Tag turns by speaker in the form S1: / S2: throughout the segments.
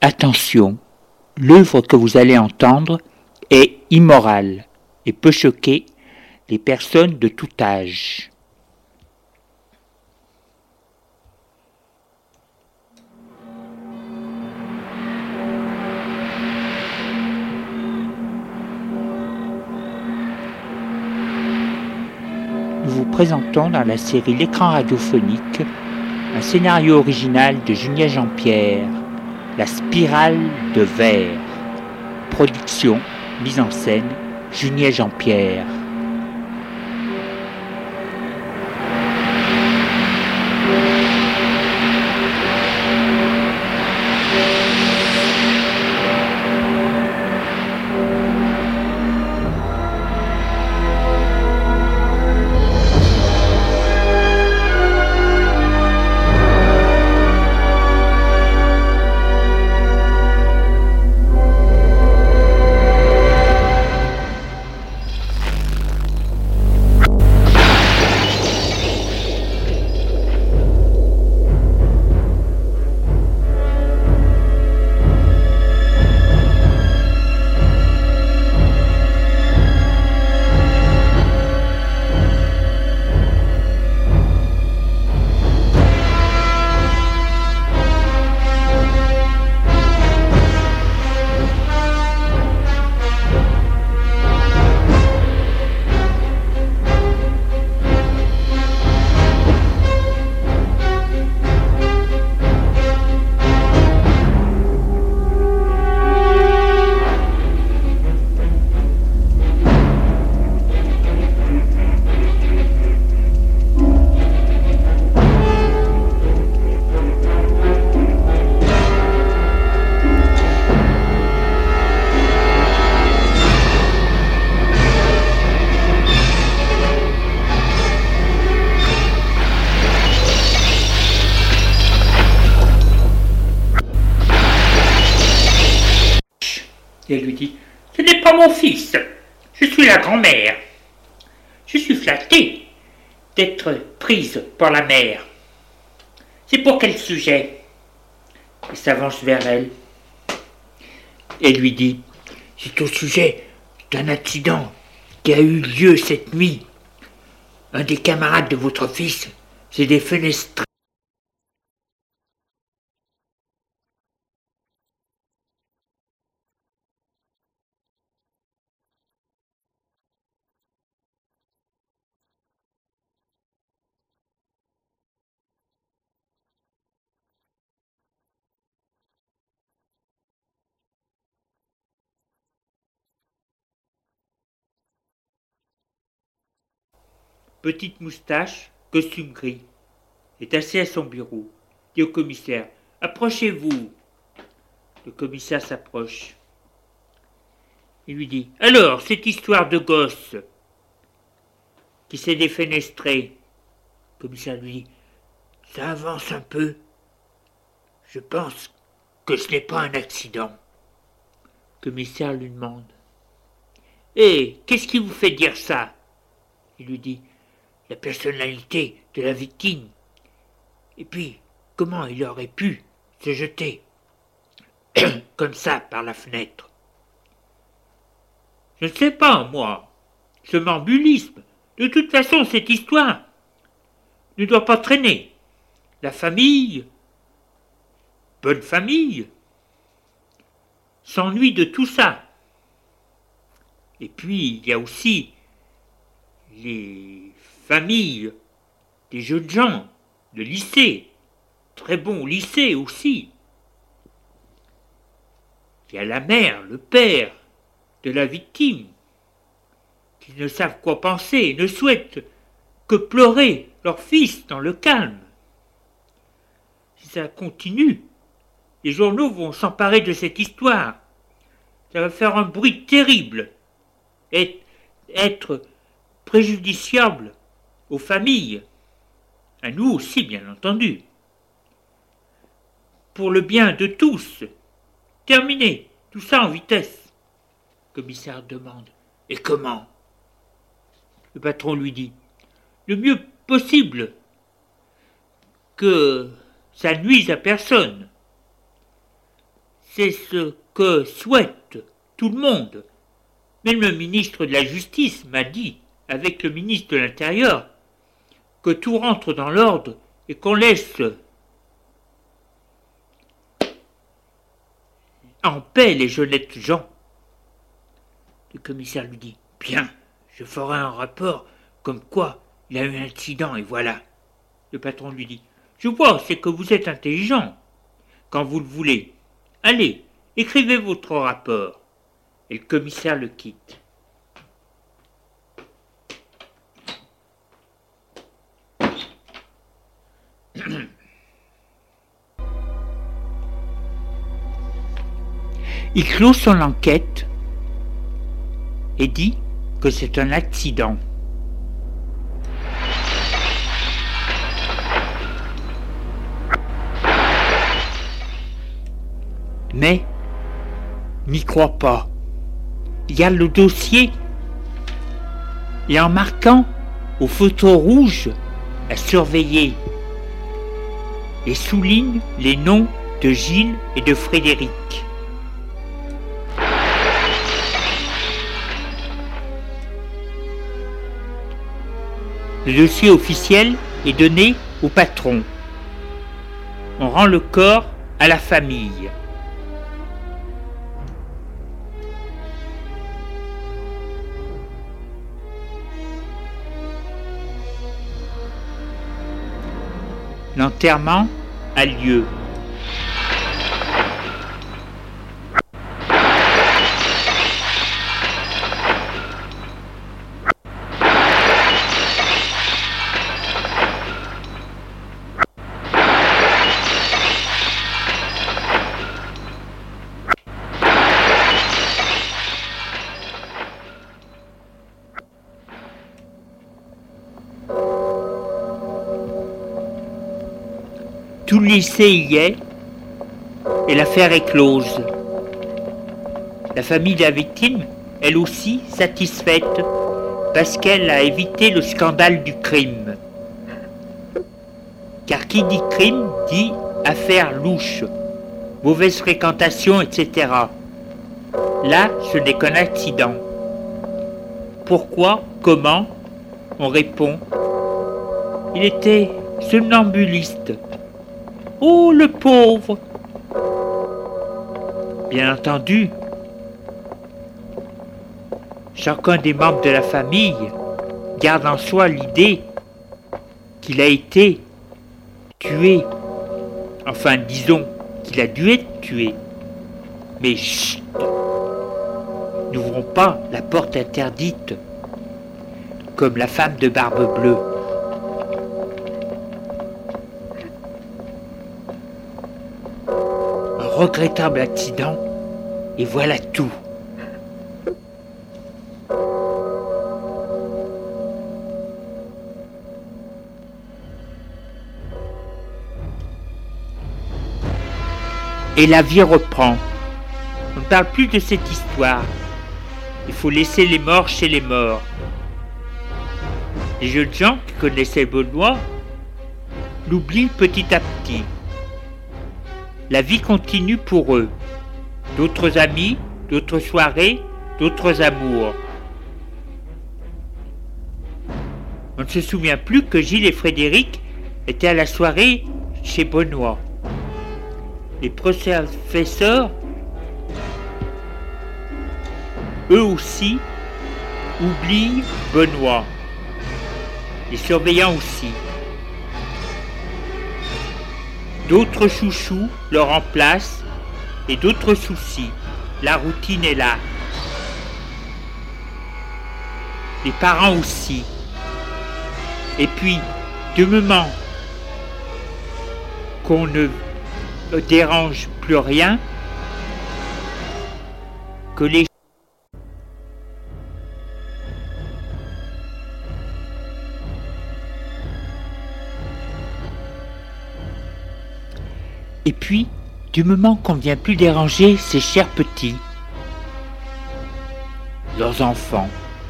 S1: Attention, l'œuvre que vous allez entendre est immorale et peut choquer les personnes de tout âge. Nous vous présentons dans la série L'écran radiophonique un scénario original de Julien Jean-Pierre, La spirale de verre. Production, mise en scène, Julien Jean-Pierre.
S2: Et elle lui dit « Ce n'est pas mon fils, je suis la grand-mère. Je suis flattée d'être prise par la mère. C'est pour quel sujet ?» Il s'avance vers elle et lui dit « C'est au sujet d'un accident qui a eu lieu cette nuit. Un des camarades de votre fils s'est défenestré. » Petite moustache, costume gris, est assis à son bureau. Dit au commissaire « Approchez-vous !» Le commissaire s'approche. Il lui dit « Alors, cette histoire de gosse qui s'est défenestré ?» Le commissaire lui dit « Ça avance un peu. Je pense que ce n'est pas un accident. » Le commissaire lui demande « Eh, qu'est-ce qui vous fait dire ça ?» Il lui dit « La personnalité de la victime. Et puis, comment il aurait pu se jeter comme ça par la fenêtre ? Je ne sais pas, moi. Somnambulisme. De toute façon, cette histoire ne doit pas traîner. La famille, bonne famille, s'ennuie de tout ça. Et puis, il y a aussi les familles des jeunes gens, le lycée, très bon lycée aussi. Il y a la mère, le père de la victime, qui ne savent quoi penser et ne souhaitent que pleurer leur fils dans le calme. Si ça continue, les journaux vont s'emparer de cette histoire. Ça va faire un bruit terrible et être préjudiciable aux familles, à nous aussi bien entendu. Pour le bien de tous, terminez tout ça en vitesse. Le commissaire demande « Et comment ?» Le patron lui dit « Le mieux possible, que ça nuise à personne. C'est ce que souhaite tout le monde. Même le ministre de la Justice m'a dit, avec le ministre de l'Intérieur, que tout rentre dans l'ordre et qu'on laisse en paix les honnêtes gens. Le commissaire lui dit « Bien, je ferai un rapport comme quoi il a eu un accident et voilà. » Le patron lui dit « Je vois, c'est que vous êtes intelligent. Quand vous le voulez, allez, écrivez votre rapport. » Et le commissaire le quitte. Il clôt son enquête et dit que c'est un accident. Mais n'y croit pas. Il garde le dossier et en marquant au photo rouge à surveiller et souligne les noms de Gilles et de Frédéric. Le dossier officiel est donné au patron. On rend le corps à la famille. L'enterrement a lieu. Tout le lycée y est et l'affaire est close. La famille de la victime, elle aussi, satisfaite parce qu'elle a évité le scandale du crime. Car qui dit crime dit affaire louche, mauvaise fréquentation, etc. Là, ce n'est qu'un accident. Pourquoi? Comment? On répond. Il était somnambuliste. Oh, le pauvre! Bien entendu, chacun des membres de la famille garde en soi l'idée qu'il a été tué. Enfin, disons qu'il a dû être tué. Mais chut! N'ouvrons pas la porte interdite, comme la femme de Barbe Bleue. Regrettable accident, et voilà tout. Et la vie reprend. On ne parle plus de cette histoire. Il faut laisser les morts chez les morts. Les jeunes gens qui connaissaient Benoît l'oublient petit à petit. La vie continue pour eux. D'autres amis, d'autres soirées, d'autres amours. On ne se souvient plus que Gilles et Frédéric étaient à la soirée chez Benoît. Les professeurs, eux aussi, oublient Benoît. Les surveillants aussi. D'autres chouchous le remplacent et d'autres soucis. La routine est là. Les parents aussi. Et puis, du moment qu'on ne dérange plus rien, que les Et puis, du moment qu'on ne vient plus déranger ces chers petits, leurs enfants,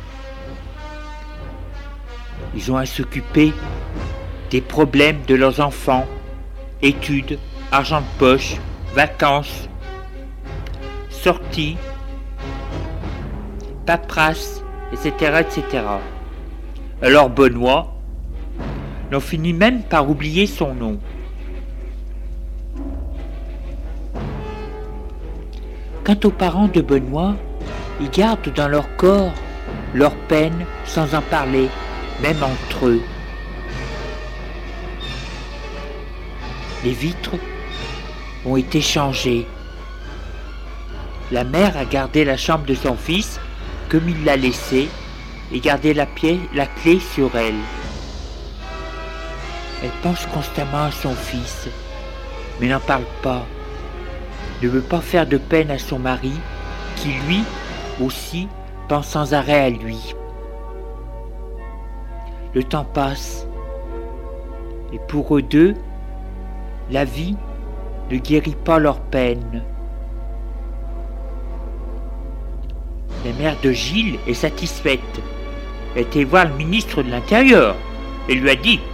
S2: ils ont à s'occuper des problèmes de leurs enfants, études, argent de poche, vacances, sorties, paperasse, etc., etc. Alors Benoît n'en finit même par oublier son nom. Quant aux parents de Benoît, ils gardent dans leur corps leur peine sans en parler, même entre eux. Les vitres ont été changées. La mère a gardé la chambre de son fils comme il l'a laissée et gardé la clé sur elle. Elle pense constamment à son fils, mais n'en parle pas. Ne veut pas faire de peine à son mari, qui lui aussi pense sans arrêt à lui. Le temps passe, et pour eux deux, la vie ne guérit pas leur peine. La mère de Gilles est satisfaite. Elle était voir le ministre de l'Intérieur et lui a dit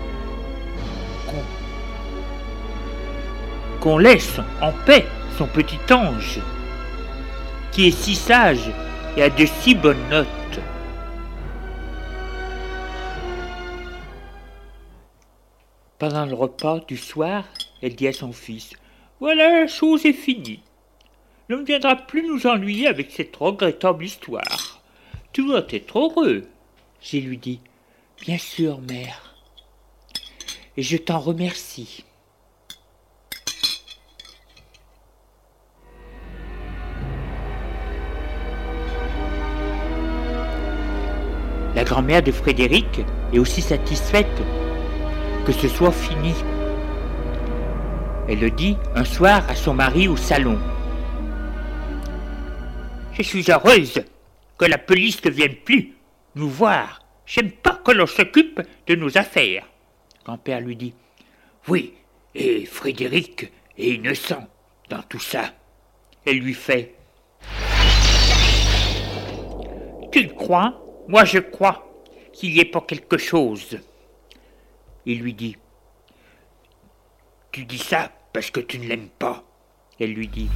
S2: qu'on laisse en paix son petit ange, qui est si sage et a de si bonnes notes. Pendant le repas du soir, elle dit à son fils « Voilà, la chose est finie. Ne me viendra plus nous ennuyer avec cette regrettable histoire. Tu dois être heureux. » J'ai lui dit « Bien sûr, mère. Et je t'en remercie. » La grand-mère de Frédéric est aussi satisfaite que ce soit fini. Elle le dit un soir à son mari au salon. « Je suis heureuse que la police ne vienne plus nous voir. J'aime pas que l'on s'occupe de nos affaires. » Grand-père lui dit « Oui, et Frédéric est innocent dans tout ça. » Elle lui fait « Tu le crois ? Moi je crois qu'il y ait pas quelque chose. » Il lui dit « Tu dis ça parce que tu ne l'aimes pas. » Elle lui dit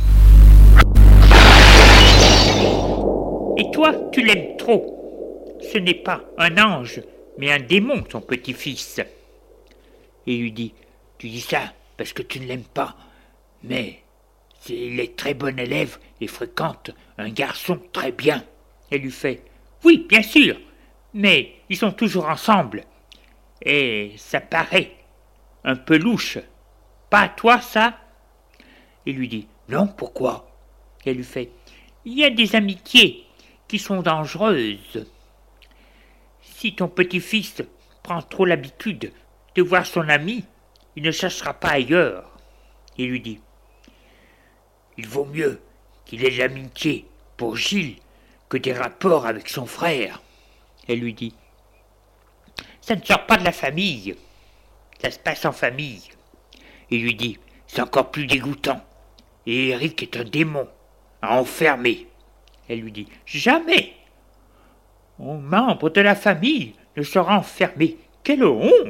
S2: « Et toi, tu l'aimes trop. Ce n'est pas un ange, mais un démon, ton petit-fils. » Il lui dit « Tu dis ça parce que tu ne l'aimes pas, mais il est très bon élève et fréquente un garçon très bien. » Elle lui fait « Oui, bien sûr, mais ils sont toujours ensemble. Et ça paraît un peu louche. Pas à toi, ça ?» Il lui dit « Non, pourquoi ?» Elle lui fait « Il y a des amitiés qui sont dangereuses. Si ton petit-fils prend trop l'habitude de voir son ami, il ne cherchera pas ailleurs. » Il lui dit « Il vaut mieux qu'il ait de l'amitié pour Gilles que des rapports avec son frère. » Elle lui dit « Ça ne sort pas de la famille. Ça se passe en famille. » Il lui dit « C'est encore plus dégoûtant. Et Eric est un démon à enfermer. » Elle lui dit « Jamais. Un membre de la famille ne sera enfermé. Quelle honte !»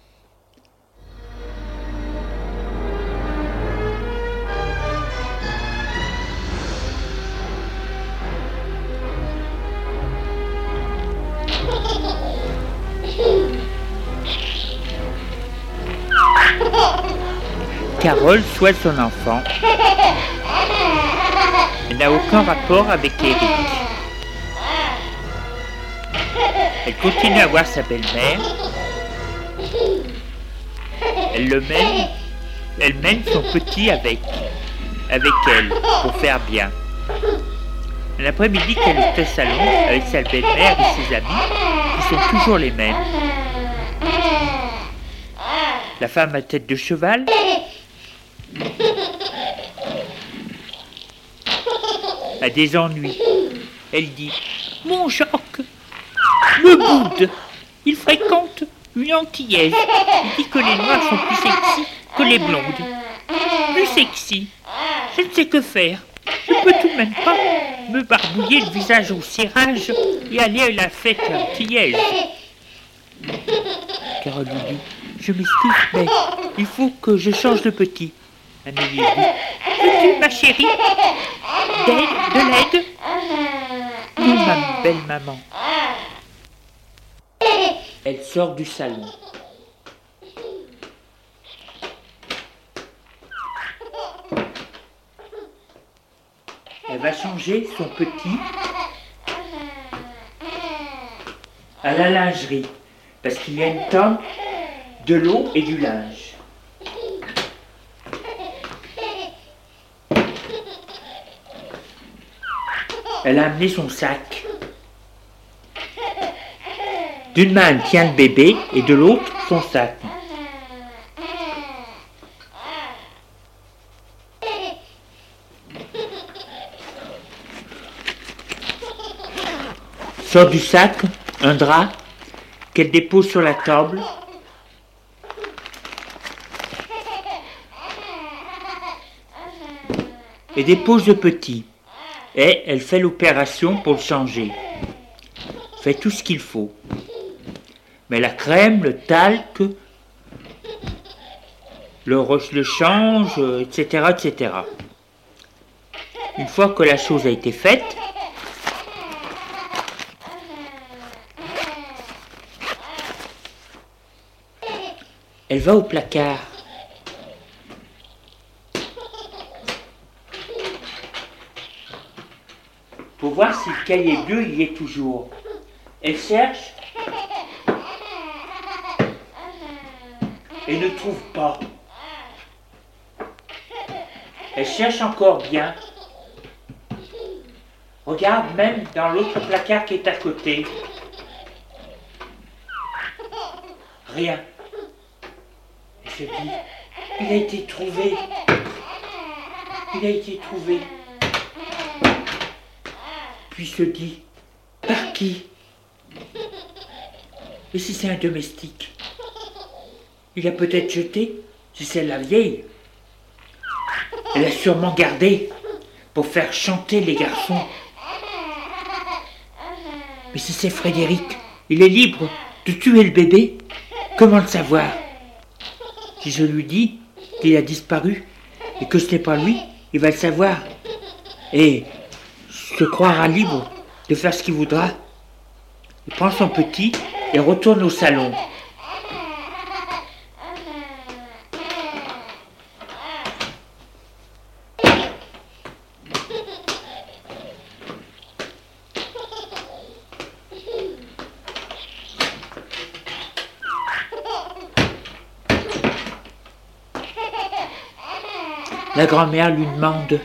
S2: Carole souhaite son enfant. Elle n'a aucun rapport avec Eric. Elle continue à voir sa belle-mère. Elle mène son petit avec elle pour faire bien. L'après-midi qu'elle est au salon avec sa belle-mère et ses amis, qui sont toujours les mêmes. La femme à tête de cheval a des ennuis. Elle dit « Mon Jacques me boude. Il fréquente une antillaise. Il dit que les noirs sont plus sexy que les blondes. Plus sexy. Je ne sais que faire. Je peux tout de même pas me barbouiller le visage au cirage et aller à la fête antillaise. » Carole lui dit « Je m'excuse, mais il faut que je change de petit. Amélie dit. Veux-tu, ma chérie? De l'aide? Non, ma belle maman. Elle sort du salon. Elle va changer son petit à la lingerie, parce qu'il y a une tonne de l'eau et du linge. Elle a amené son sac. D'une main, elle tient le bébé et de l'autre, son sac. Sort du sac un drap qu'elle dépose sur la table. Et dépose le petit. Et elle fait l'opération pour le changer. Fait tout ce qu'il faut. Mais la crème, le talc, le change, etc., etc. Une fois que la chose a été faite, elle va au placard. Pour voir si le cahier bleu y est toujours. Elle cherche et ne trouve pas. Elle cherche encore bien. Regarde même dans l'autre placard qui est à côté. Rien. Elle se dit, il a été trouvé. Il a été trouvé. Puis se dit, par qui? Et si c'est un domestique? Il a peut-être jeté, si c'est la vieille. Elle a sûrement gardé pour faire chanter les garçons. Mais si c'est Frédéric, il est libre de tuer le bébé. Comment le savoir? Si je lui dis qu'il a disparu et que ce n'est pas lui, il va le savoir. Et se croira libre de faire ce qu'il voudra. Il prend son petit et retourne au salon. La grand-mère lui demande: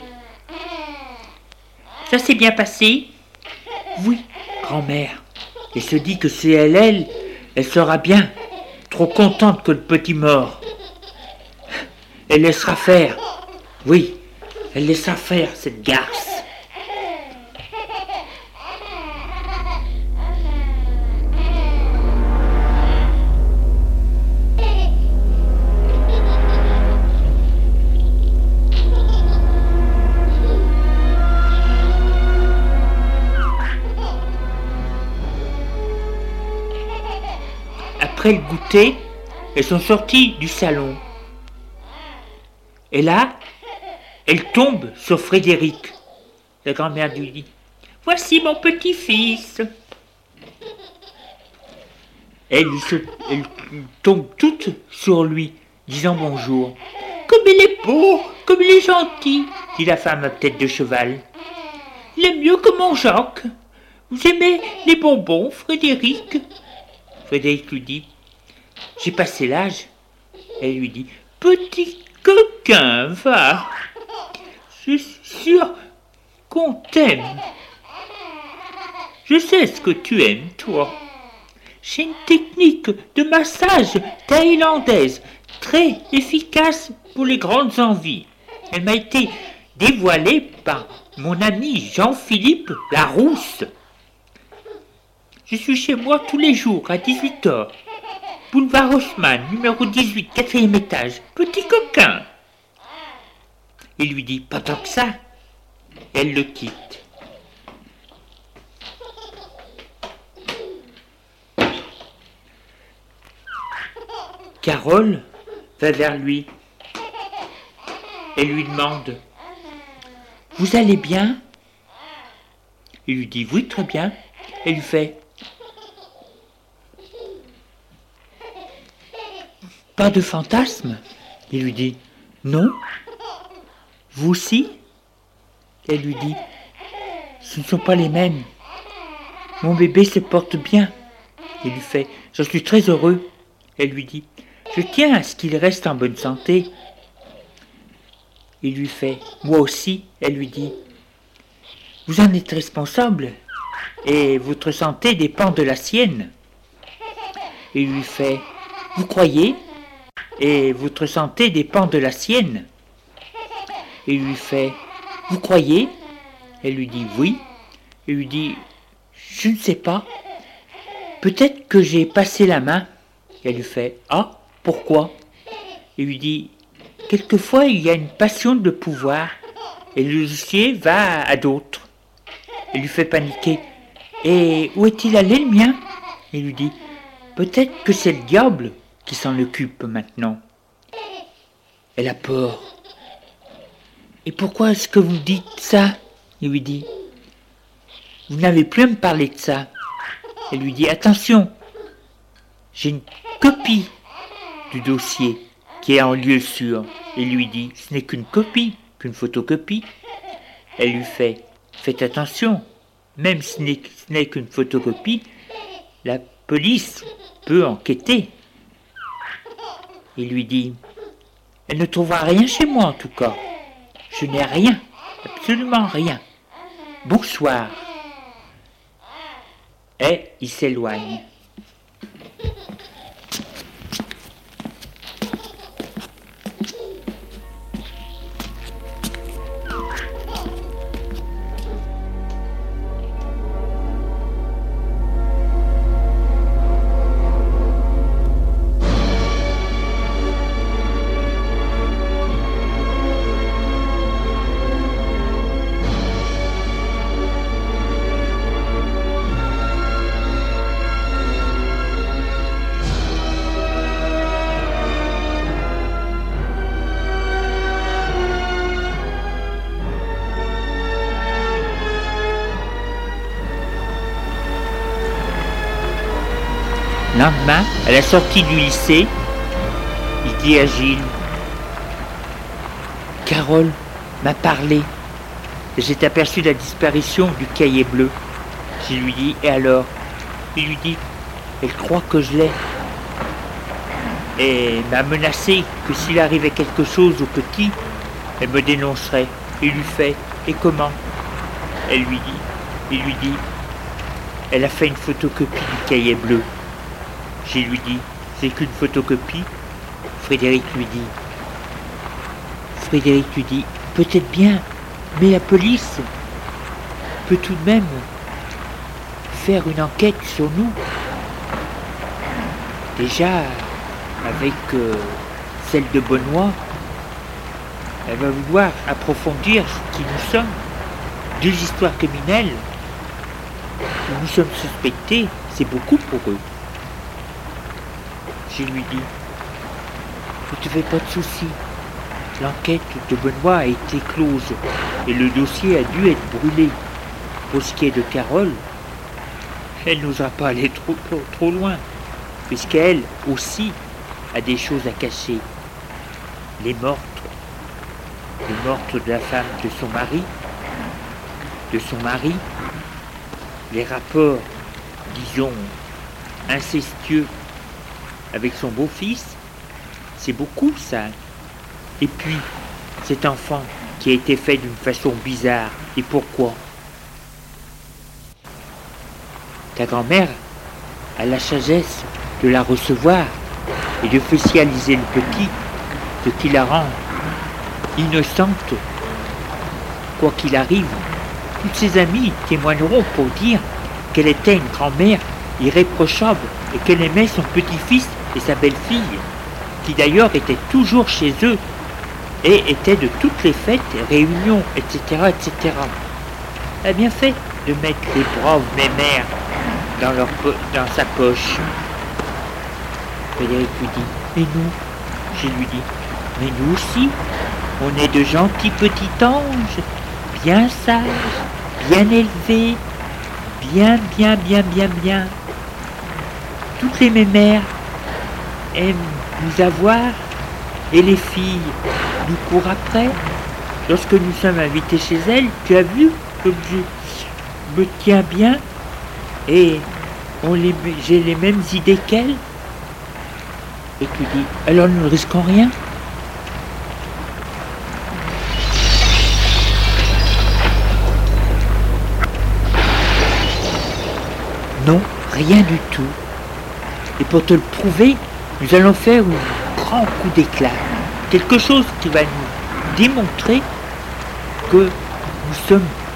S2: ça s'est bien passé? Oui, grand-mère. Et se dit que si elle sera bien, trop contente que le petit mort. Elle laissera faire. Oui, elle laissera faire, cette garce. Après le goûter, elles sont sorties du salon. Et là, elle tombe sur Frédéric. La grand-mère lui dit: voici mon petit-fils. Elle tombe toute sur lui, disant bonjour. Comme il est beau, comme il est gentil, dit la femme à tête de cheval. Il est mieux que mon Jacques. Vous aimez les bonbons, Frédéric? Frédéric lui dit: j'ai passé l'âge. Elle lui dit: petit coquin, va. Je suis sûre qu'on t'aime. Je sais ce que tu aimes, toi. J'ai une technique de massage thaïlandaise très efficace pour les grandes envies. Elle m'a été dévoilée par mon ami Jean-Philippe Larousse. Je suis chez moi tous les jours à 18h. Boulevard Haussmann, numéro 18, 4e étage. Petit coquin. Il lui dit: pas tant que ça. Elle le quitte. Carole va vers lui. Elle lui demande « Vous allez bien ?» Il lui dit « Oui, très bien. » Elle lui fait « Pas de fantasme ?» Il lui dit « Non. Vous aussi ?» Elle lui dit « Ce ne sont pas les mêmes. Mon bébé se porte bien. » Il lui fait « Je suis très heureux. » Elle lui dit « Je tiens à ce qu'il reste en bonne santé. » Il lui fait « Moi aussi. » Elle lui dit « Vous en êtes responsable et votre santé dépend de la sienne. » Il lui fait « Vous croyez ? Et votre santé dépend de la sienne. » Il lui fait « Vous croyez ?» Elle lui dit « Oui. » Il lui dit « Je ne sais pas. Peut-être que j'ai passé la main. » Elle lui fait « Ah, pourquoi ?» Il lui dit « Quelquefois il y a une passion de pouvoir et le dossier va à d'autres. » Elle lui fait paniquer « Et où est-il allé le mien ?» Il lui dit « Peut-être que c'est le diable qui s'en occupe maintenant. » Elle a peur. « Et pourquoi est-ce que vous dites ça ?» Il lui dit « Vous n'avez plus à me parler de ça. » Elle lui dit « Attention, j'ai une copie du dossier qui est en lieu sûr. » Il lui dit « Ce n'est qu'une copie, qu'une photocopie. » Elle lui fait « Faites attention, même si ce n'est qu'une photocopie, la police peut enquêter. » Il lui dit « Elle ne trouvera rien chez moi en tout cas. Je n'ai rien, absolument rien. Bonsoir. » Et il s'éloigne. Lendemain, à la sortie du lycée, il dit à Gilles « Carole m'a parlé. J'ai aperçu la disparition du cahier bleu. » Gilles lui dit « Et alors ?» Il lui dit « Elle croit que je l'ai. Et m'a menacé que s'il arrivait quelque chose au petit, elle me dénoncerait. » Il lui fait « Et comment ?» Il lui dit « Elle a fait une photocopie du cahier bleu. » Gilles lui dit « C'est qu'une photocopie ?» Frédéric lui dit « Peut-être bien, mais la police peut tout de même faire une enquête sur nous. Déjà, avec celle de Benoît, elle va vouloir approfondir ce qui nous sommes. 2 histoires criminelles où nous sommes suspectés, c'est beaucoup pour eux. » Je lui dis « Ne te fais pas de soucis. L'enquête de Benoît a été close et le dossier a dû être brûlé. Pour ce qui est de Carole, elle n'osera pas aller trop loin, puisqu'elle aussi a des choses à cacher. Les meurtres de la femme de son mari, les rapports, disons, incestueux avec son beau-fils, c'est beaucoup ça. Et puis, cet enfant qui a été fait d'une façon bizarre. Et pourquoi ? Ta grand-mère a la sagesse de la recevoir et de socialiser le petit, ce qui la rend innocente. Quoi qu'il arrive, toutes ses amies témoigneront pour dire qu'elle était une grand-mère irréprochable et qu'elle aimait son petit-fils et sa belle-fille, qui d'ailleurs étaient toujours chez eux et étaient de toutes les fêtes, réunions, etc., etc. Elle a bien fait de mettre les braves mémères dans sa poche. Frédéric lui dit « Et nous ?» Je lui dis « Mais nous aussi,
S1: On est de gentils petits anges, bien sages, bien élevés, bien. Toutes les mémères aiment nous avoir et les filles nous courent après. Lorsque nous sommes invités chez elles, tu as vu comme je me tiens bien et j'ai les mêmes idées qu'elles. Et tu dis, alors nous ne risquons rien. Non, rien du tout. Et pour te le prouver, nous allons faire un grand coup d'éclat. Quelque chose qui va nous démontrer que nous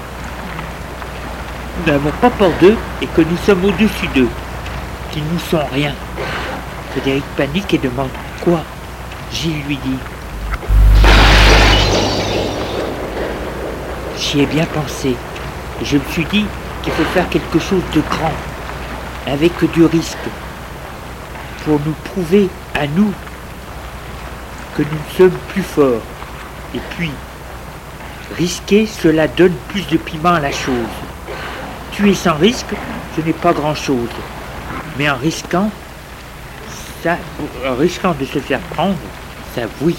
S1: n'avons pas peur d'eux et que nous sommes au-dessus d'eux, qu'ils ne nous sont rien. Frédéric panique et demande quoi. Gilles lui dit. J'y ai bien pensé. Et je me suis dit qu'il faut faire quelque chose de grand, avec du risque, pour nous prouver à nous que nous sommes plus forts. Et puis, risquer, cela donne plus de piment à la chose. Tuer sans risque, ce n'est pas grand-chose. Mais en risquant de se faire prendre, ça oui.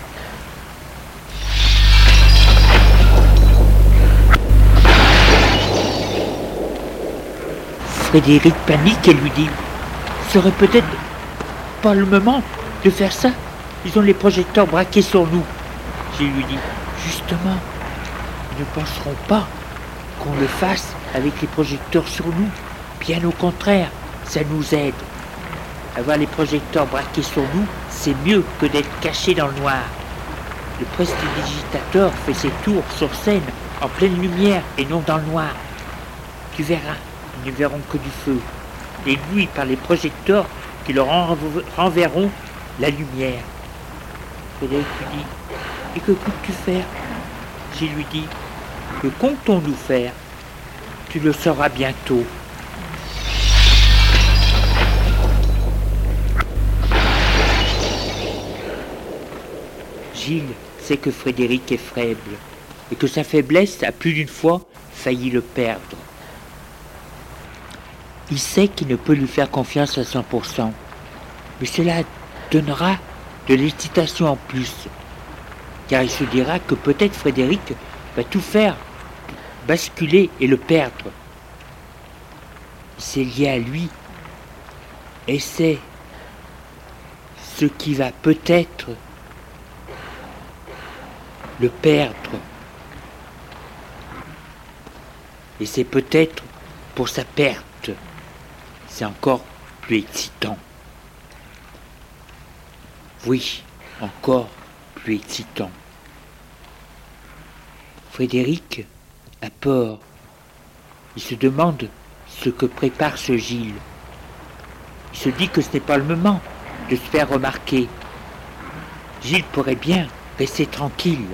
S1: Frédéric panique et lui dit « Ce serait peut-être pas le moment de faire ça. Ils ont les projecteurs braqués sur nous. » Je lui dis « Justement, ils ne penseront pas qu'on le fasse avec les projecteurs sur nous. Bien au contraire, ça nous aide. Avoir les projecteurs braqués sur nous, c'est mieux que d'être caché dans le noir. Le prestidigitateur fait ses tours sur scène en pleine lumière et non dans le noir. Tu verras. Ils ne verront que du feu, éblouis par les projecteurs qui leur renverront la lumière. Frédéric lui dit, et que comptes-tu faire? Je lui dis, que comptons-nous faire? Tu le sauras bientôt. Gilles sait que Frédéric est faible et que sa faiblesse a plus d'une fois failli le perdre. Il sait qu'il ne peut lui faire confiance à 100%, mais cela donnera de l'excitation en plus, car il se dira que peut-être Frédéric va tout faire pour basculer et le perdre. C'est lié à lui, et c'est ce qui va peut-être le perdre. Et c'est peut-être pour sa perte. C'est encore plus excitant. Oui, encore plus excitant. Frédéric a peur. Il se demande ce que prépare ce Gilles. Il se dit que ce n'est pas le moment de se faire remarquer. Gilles pourrait bien rester tranquille.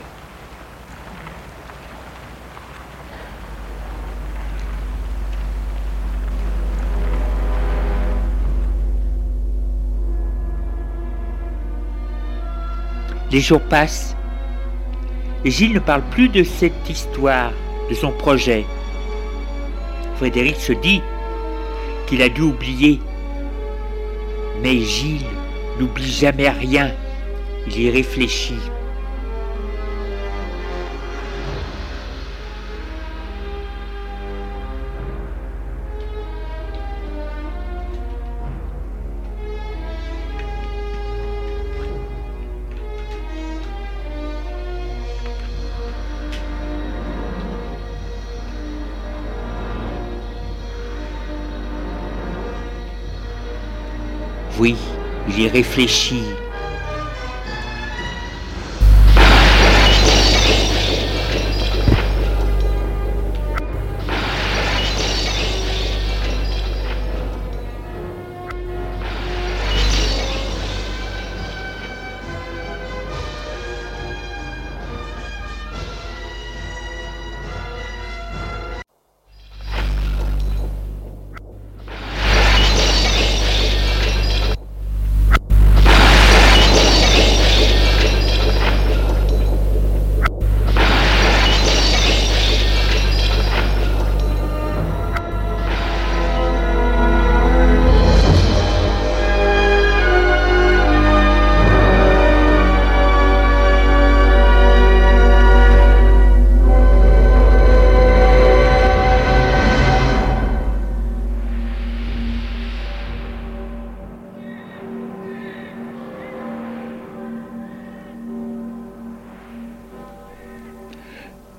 S1: Les jours passent et Gilles ne parle plus de cette histoire, de son projet. Frédéric se dit qu'il a dû oublier. Mais Gilles n'oublie jamais rien, il y réfléchit. Oui, il y réfléchit.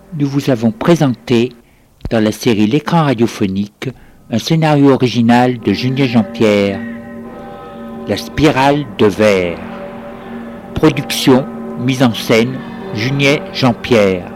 S1: nous vous avons présenté, dans la série L'écran radiophonique, un scénario original de Julien Jean-Pierre, La spirale de verre. Production, mise en scène, Julien Jean-Pierre.